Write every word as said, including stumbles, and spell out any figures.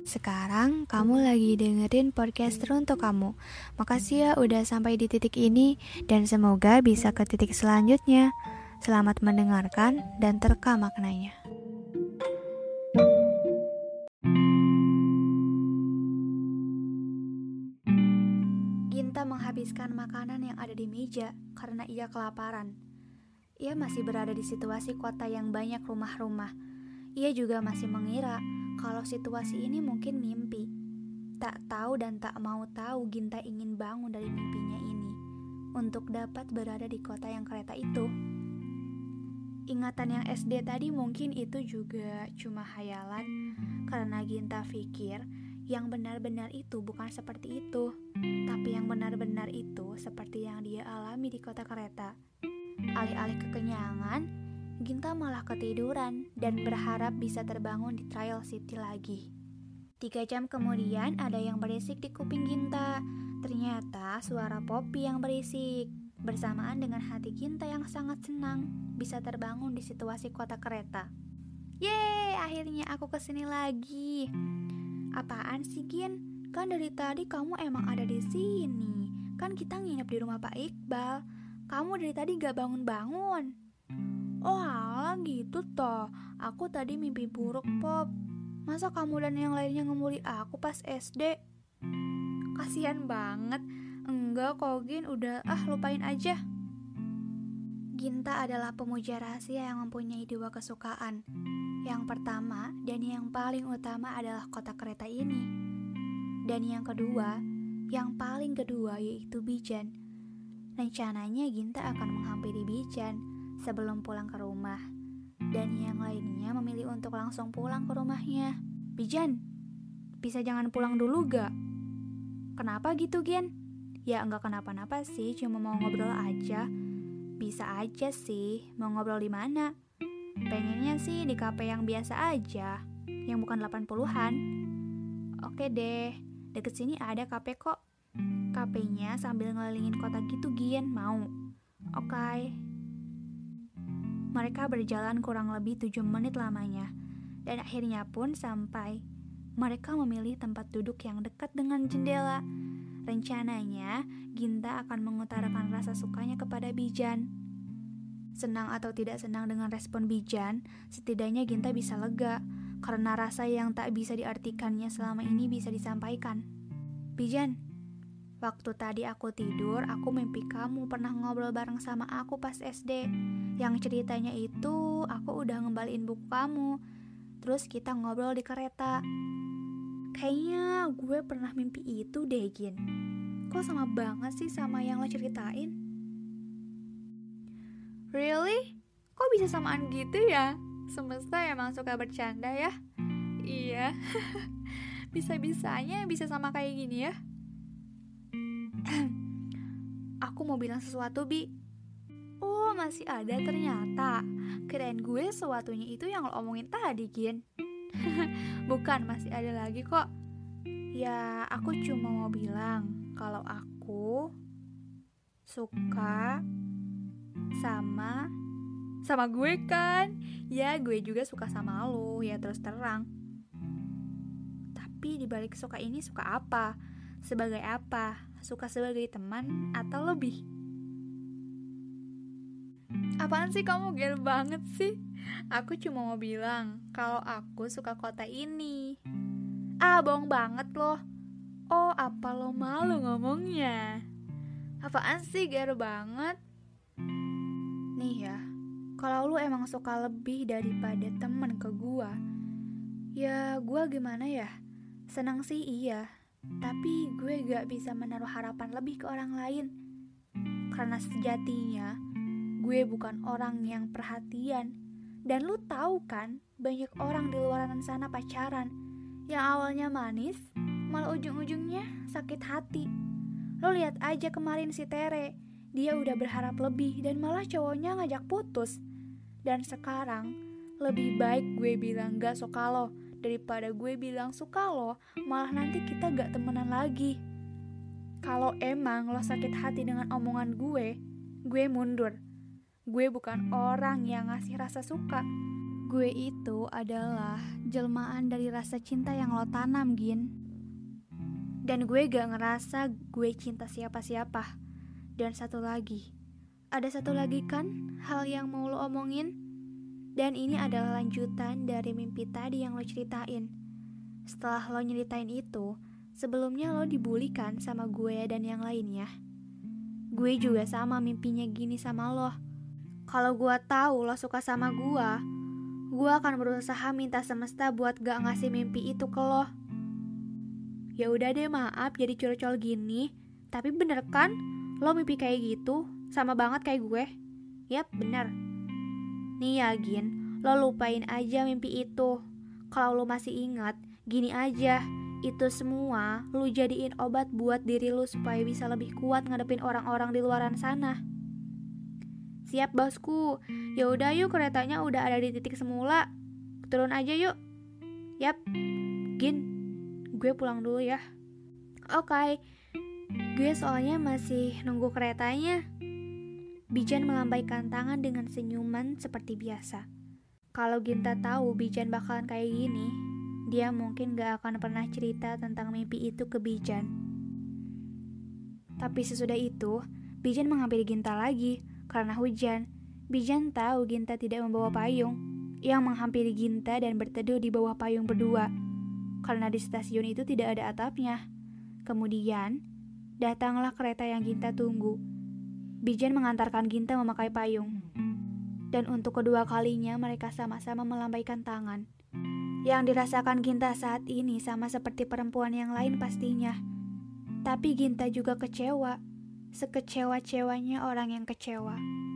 Sekarang kamu lagi dengerin podcast untuk kamu. Makasih ya udah sampai di titik ini dan semoga bisa ke titik selanjutnya. Selamat mendengarkan dan terka maknanya. Ginta menghabiskan makanan yang ada di meja karena ia kelaparan. Ia masih berada di situasi kota yang banyak rumah-rumah. Ia juga masih mengira kalau situasi ini mungkin mimpi. Tak tahu dan tak mau tahu Ginta ingin bangun dari mimpinya ini untuk dapat berada di kota yang kereta itu. Ingatan yang S D tadi mungkin itu juga cuma hayalan karena Ginta pikir yang benar-benar itu bukan seperti itu, tapi yang benar-benar itu seperti yang dia alami di kota kereta. Alih-alih kekenyangan, Ginta malah ketiduran dan berharap bisa terbangun di Trial City lagi. Tiga jam kemudian ada yang berisik di kuping Ginta. Ternyata suara Poppy yang berisik. Bersamaan dengan hati Ginta yang sangat senang bisa terbangun di situasi kota kereta. Yeay, akhirnya aku kesini lagi. Apaan sih Gin? Kan dari tadi kamu emang ada di sini. Kan kita nginep di rumah Pak Iqbal. Kamu dari tadi gak bangun-bangun. Oh alah gitu toh. Aku tadi mimpi buruk Pop. Masa kamu dan yang lainnya ngebully aku pas S D? Kasian banget. Enggak kok Gin, udah ah lupain aja. Ginta adalah pemuja rahasia yang mempunyai dua kesukaan. Yang pertama dan yang paling utama adalah kota kereta ini. Dan yang kedua, yang paling kedua yaitu Bijan. Rencananya Ginta akan menghampiri Bijan sebelum pulang ke rumah. Dan yang lainnya memilih untuk langsung pulang ke rumahnya. Bijan, bisa jangan pulang dulu gak? Kenapa gitu Gen? Ya enggak kenapa-napa sih, cuma mau ngobrol aja. Bisa aja sih, mau ngobrol di mana? Pengennya sih di kafe yang biasa aja, yang bukan delapan puluhan. Oke deh, deket sini ada kafe kok. Kafenya sambil ngelilingin kota gitu Gien, mau? Oke. Mereka berjalan kurang lebih tujuh menit lamanya, dan akhirnya pun sampai. Mereka memilih tempat duduk yang dekat dengan jendela. Rencananya, Ginta akan mengutarakan rasa sukanya kepada Bijan. Senang atau tidak senang dengan respon Bijan, setidaknya Ginta bisa lega, karena rasa yang tak bisa diartikannya selama ini bisa disampaikan. Bijan, waktu tadi aku tidur, aku mimpi kamu pernah ngobrol bareng sama aku pas S D. Yang ceritanya itu, aku udah ngembaliin buku kamu. Terus kita ngobrol di kereta. Kayaknya gue pernah mimpi itu deh, Gin. Kok sama banget sih sama yang lo ceritain? Really? Kok bisa samaan gitu ya? Semesta emang suka bercanda ya? Iya. Bisa-bisanya bisa sama kayak gini ya? Aku mau bilang sesuatu, Bi. Oh, masih ada ternyata. Kirain gue sesuatunya itu yang lo omongin tadi, Gin. Bukan, masih ada lagi kok. Ya, aku cuma mau bilang kalau aku suka sama sama gue kan. Ya, gue juga suka sama lo, ya terus terang. Tapi dibalik suka ini suka apa? Sebagai apa? Suka sebagai teman atau lebih? Apaan sih kamu gel banget sih? Aku cuma mau bilang kalau aku suka kota ini. Ah, bohong banget loh. Oh, apa lo malu ngomongnya? Apaan sih gel banget? Nih ya, kalau lu emang suka lebih daripada temen ke gua, ya gua gimana ya? Senang sih iya, tapi gue gak bisa menaruh harapan lebih ke orang lain. Karena sejatinya gue bukan orang yang perhatian. Dan lu tahu kan, banyak orang di luar sana pacaran yang awalnya manis, malah ujung-ujungnya sakit hati. Lu lihat aja kemarin si Tere, dia udah berharap lebih dan malah cowoknya ngajak putus. Dan sekarang, lebih baik gue bilang gak suka lo daripada gue bilang suka lo, malah nanti kita gak temenan lagi. Kalau emang lo sakit hati dengan omongan gue, gue mundur. Gue bukan orang yang ngasih rasa suka. Gue itu adalah jelmaan dari rasa cinta yang lo tanam, Gin. Dan gue gak ngerasa gue cinta siapa-siapa. Dan satu lagi, ada satu lagi kan hal yang mau lo omongin? Dan ini adalah lanjutan dari mimpi tadi yang lo ceritain. Setelah lo nyeritain itu, sebelumnya lo dibully kan sama gue dan yang lainnya. Gue juga sama mimpinya gini sama lo. Kalau gue tahu lo suka sama gue, gue akan berusaha minta semesta buat gak ngasih mimpi itu ke lo. Ya udah deh, maaf jadi curcol gini, tapi bener kan lo mimpi kayak gitu, sama banget kayak gue. Yap, bener. Nih ya Gin, lo lupain aja mimpi itu. Kalau lo masih ingat, gini aja, itu semua lo jadiin obat buat diri lo supaya bisa lebih kuat ngadepin orang-orang di luaran sana. Siap bosku, ya udah yuk, keretanya udah ada di titik semula. Turun aja yuk. Yap, Gin, gue pulang dulu ya. Oke, okay. Gue soalnya masih nunggu keretanya. Bijan melambaikan tangan dengan senyuman seperti biasa. Kalau Ginta tahu Bijan bakalan kayak gini, dia mungkin gak akan pernah cerita tentang mimpi itu ke Bijan. Tapi sesudah itu, Bijan menghampiri Ginta lagi. Karena hujan, Bijan tahu Ginta tidak membawa payung. Yang menghampiri Ginta dan berteduh di bawah payung berdua. Karena di stasiun itu tidak ada atapnya. Kemudian, datanglah kereta yang Ginta tunggu. Bijan mengantarkan Ginta memakai payung. Dan untuk kedua kalinya mereka sama-sama melambaikan tangan. Yang dirasakan Ginta saat ini sama seperti perempuan yang lain pastinya. Tapi Ginta juga kecewa. Sekecewa-cewanya orang yang kecewa.